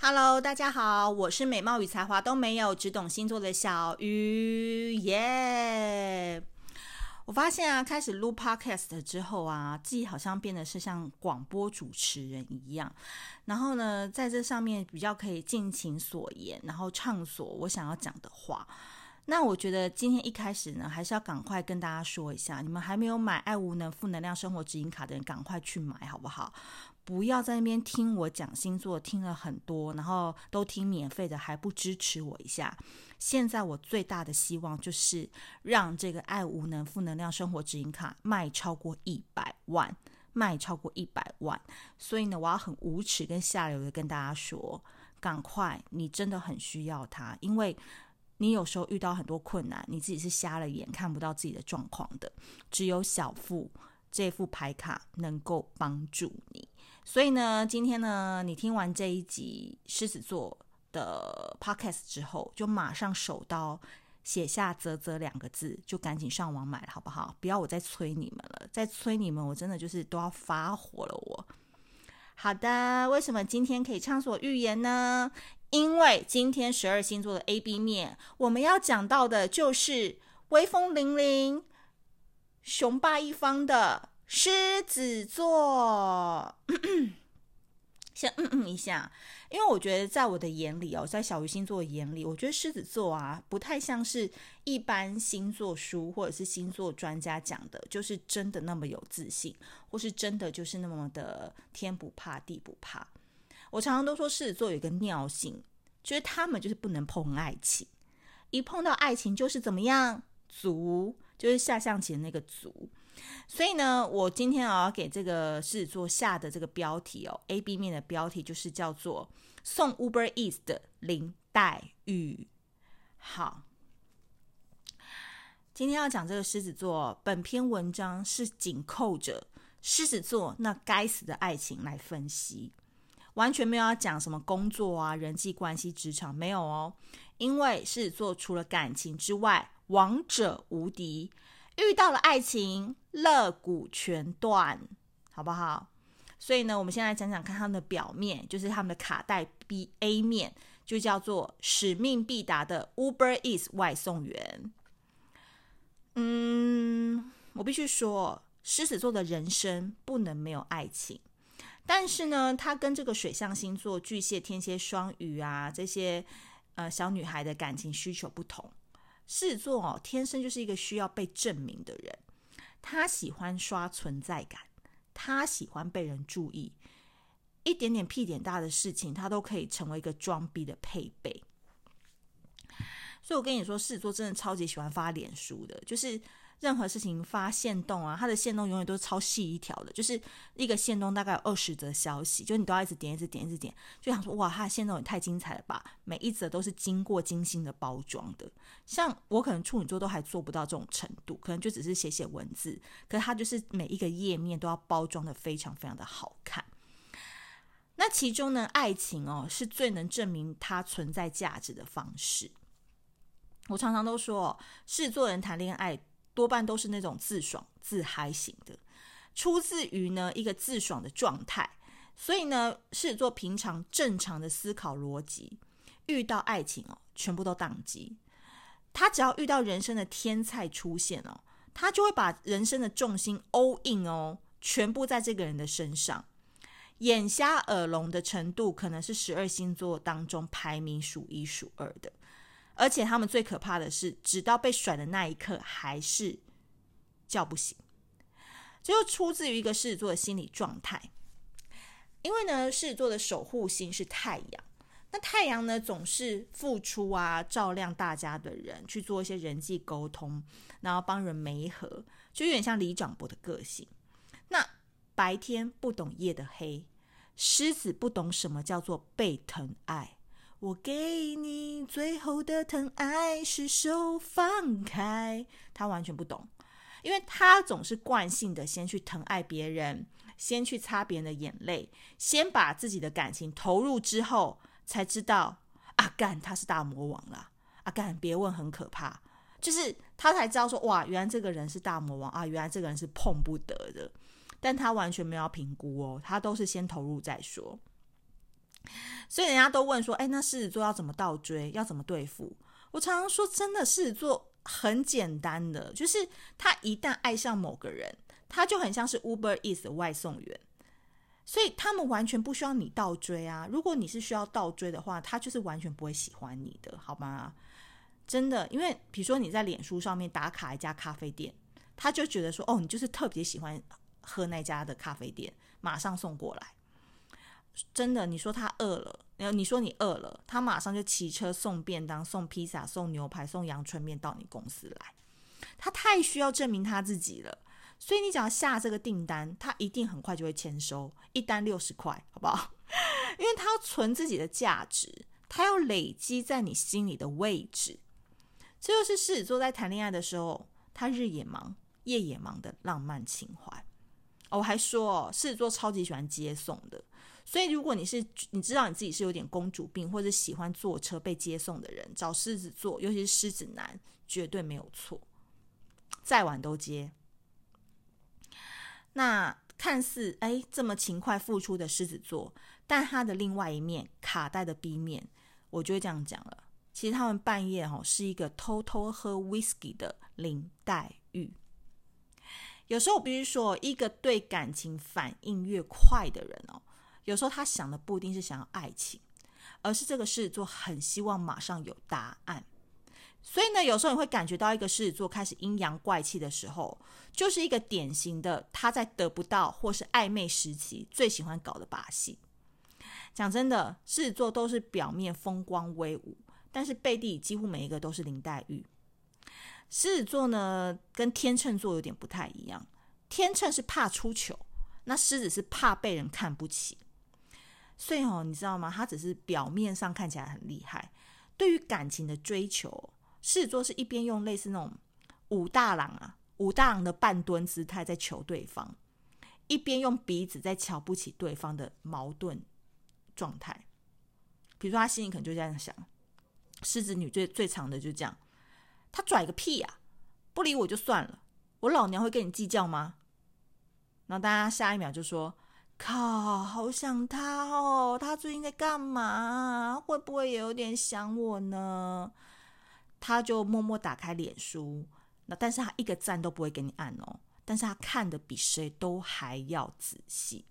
Hello， 大家好，我是美貌与才华都没有，只懂星座的小鱼耶。我发现啊，开始录 podcast 之后啊，自己好像变得是像广播主持人一样。然后呢，在这上面比较可以尽情所言，然后畅所我想要讲的话。那我觉得今天一开始呢，还是要赶快跟大家说一下，你们还没有买爱无能负能量生活指引卡的人，赶快去买好不好？不要在那边听我讲星座，听了很多，然后都听免费的，还不支持我一下。现在我最大的希望就是让这个爱无能负能量生活指引卡卖超过100万，卖超过100万。所以呢，我要很无耻跟下流的跟大家说，赶快，你真的很需要它，因为你有时候遇到很多困难，你自己是瞎了眼看不到自己的状况的，只有小富这副牌卡能够帮助你。所以呢，今天呢，你听完这一集狮子座的 podcast 之后，就马上手刀写下嘖嘖2个字，就赶紧上网买了，好不好？不要我再催你们了，再催你们我真的就是都要发火了我。好的，为什么今天可以畅所欲言呢？因为今天12星座的 A、B 面，我们要讲到的就是威风凛凛、雄霸一方的狮子座。先一下，因为我觉得在我的眼里在小鱼星座的眼里，我觉得狮子座啊，不太像是一般星座书或者是星座专家讲的，就是真的那么有自信，或是真的就是那么的天不怕地不怕。我常常都说狮子座有一个尿性，就是他们就是不能碰爱情，一碰到爱情就是怎么样，足，就是下象棋的那个足。所以呢，我今天要给这个狮子座下的这个标题A、B 面的标题就是叫做送 Uber Eats 的林黛玉。好，今天要讲这个狮子座，本篇文章是紧扣着狮子座那该死的爱情来分析，完全没有要讲什么工作啊、人际关系、职场，没有哦。因为狮子座除了感情之外，王者无敌，遇到了爱情，肋骨全断，好不好？所以呢，我们先来讲讲看他们的表面，就是他们的卡带 A 面，就叫做使命必达的 Uber Eats 外送员。我必须说，狮子座的人生不能没有爱情。但是呢，他跟这个水象星座巨蟹、天蝎、双鱼啊这些小女孩的感情需求不同。狮子座天生就是一个需要被证明的人，他喜欢刷存在感，他喜欢被人注意，一点点屁点大的事情他都可以成为一个装逼的配备。所以我跟你说，狮子座真的超级喜欢发脸书的，就是任何事情发限动啊，他的限动永远都是超细一条的，就是一个限动大概有20则消息，就你都要一直点一直点一直点，就想说哇，他的限动也太精彩了吧，每一则都是经过精心的包装的。像我可能处女座都还做不到这种程度，可能就只是写写文字，可是他就是每一个页面都要包装的非常非常的好看。那其中呢，爱情是最能证明它存在价值的方式。我常常都说狮子座人谈恋爱多半都是那种自爽自嗨型的，出自于呢一个自爽的状态。所以呢，狮子座平常正常的思考逻辑，遇到爱情全部都宕机。他只要遇到人生的天菜出现他就会把人生的重心 all in 全部在这个人的身上，眼瞎耳聋的程度可能是12星座当中排名数1数2的。而且他们最可怕的是，直到被甩的那一刻还是叫不醒。这就出自于一个狮子座的心理状态。因为呢，狮子座的守护星是太阳，那太阳呢总是付出啊，照亮大家的人，去做一些人际沟通，然后帮人媒合，就有点像李长博的个性。那白天不懂夜的黑，狮子不懂什么叫做被疼爱。我给你最后的疼爱是手放开，他完全不懂，因为他总是惯性的先去疼爱别人，先去擦别人的眼泪，先把自己的感情投入之后，才知道干他是大魔王啦，干别问很可怕，就是他才知道说哇，原来这个人是大魔王原来这个人是碰不得的，但他完全没有评估他都是先投入再说。 所以人家都问说，那狮子座要怎么倒追，要怎么对付？我常常说，真的狮子座很简单的，就是他一旦爱上某个人，他就很像是 Uber Eats 的外送员，所以他们完全不需要你倒追啊。如果你是需要倒追的话，他就是完全不会喜欢你的，好吗？真的，因为比如说你在脸书上面打卡一家咖啡店，他就觉得说，你就是特别喜欢喝那家的咖啡店，马上送过来。真的，你说他饿了，你说你饿了，他马上就骑车送便当、送披萨、送牛排、送阳春面到你公司来。他太需要证明他自己了，所以你只要下这个订单，他一定很快就会签收，一单60块，好不好？因为他要存自己的价值，他要累积在你心里的位置。这就是狮子座在谈恋爱的时候，他日也忙夜也忙的浪漫情怀。我还说狮子座超级喜欢接送的，所以如果你知道你自己是有点公主病，或者喜欢坐车被接送的人，找狮子座，尤其是狮子男，绝对没有错，再晚都接。那看似这么勤快付出的狮子座，但他的另外一面，卡带的 B 面，我就会这样讲了。其实他们半夜是一个偷偷喝 whisky 的林黛玉。有时候我必须说，一个对感情反应越快的人有时候他想的不一定是想要爱情，而是这个狮子座很希望马上有答案。所以呢，有时候你会感觉到一个狮子座开始阴阳怪气的时候，就是一个典型的他在得不到或是暧昧时期最喜欢搞的把戏。讲真的，狮子座都是表面风光威武，但是背地几乎每一个都是林黛玉。狮子座呢，跟天秤座有点不太一样，天秤是怕出糗，那狮子是怕被人看不起。所以你知道吗？他只是表面上看起来很厉害，对于感情的追求，狮子座是一边用类似那种武大郎的半蹲姿态在求对方，一边用鼻子在瞧不起对方的矛盾状态。比如说他心里可能就这样想，狮子女最常的就这样，他拽个屁啊，不理我就算了，我老娘会跟你计较吗？然后大家下一秒就说，靠，好想他哦，他最近在干嘛？会不会也有点想我呢？他就默默打开脸书，但是他一个赞都不会给你按但是他看的比谁都还要仔细。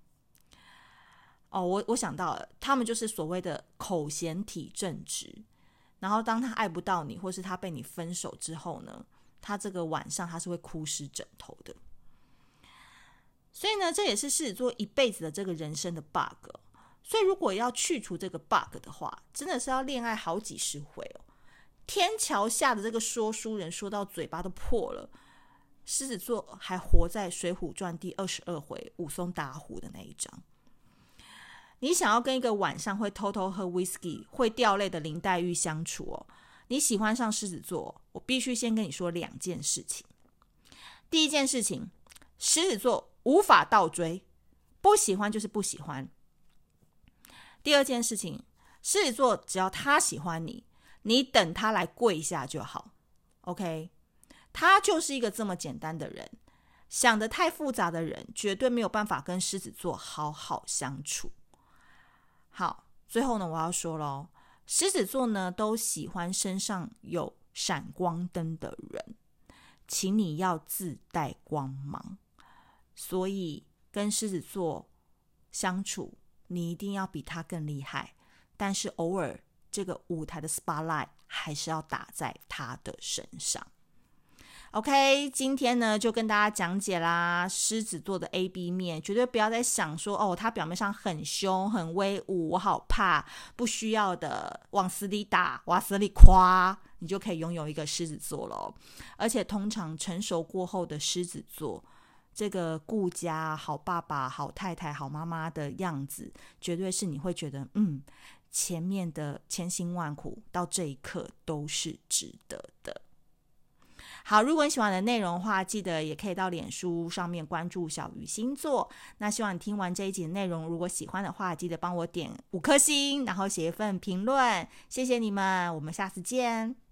我想到了，他们就是所谓的口嫌体正直。然后当他爱不到你，或是他被你分手之后呢，他这个晚上他是会哭湿枕头的。所以呢，这也是狮子座一辈子的这个人生的 bug。所以如果要去除这个 bug 的话，真的是要恋爱好几十回天桥下的这个说书人说到嘴巴都破了，狮子座还活在水浒传第22回武松打虎的那一章。你想要跟一个晚上会偷偷喝 whisky 会掉泪的林黛玉相处你喜欢上狮子座，我必须先跟你说2件事情。第一件事情，狮子座无法倒追，不喜欢就是不喜欢。第二件事情，狮子座只要他喜欢你，你等他来跪下就好 OK， 他就是一个这么简单的人。想得太复杂的人绝对没有办法跟狮子座好好相处。好，最后呢，我要说咯，狮子座呢都喜欢身上有闪光灯的人，请你要自带光芒。所以跟狮子座相处，你一定要比他更厉害，但是偶尔这个舞台的 spotlight 还是要打在他的身上。OK， 今天呢就跟大家讲解啦，狮子座的 AB 面，绝对不要再想说他表面上很凶很威武，我好怕，不需要的，往死里打，往死里夸，你就可以拥有一个狮子座了。而且通常成熟过后的狮子座，这个顾家、好爸爸、好太太、好妈妈的样子，绝对是你会觉得前面的千辛万苦到这一刻都是值得的。好，如果你喜欢我的内容的话，记得也可以到脸书上面关注小鱼星座。那希望你听完这一集的内容，如果喜欢的话，记得帮我点5颗星，然后写一份评论，谢谢你们，我们下次见。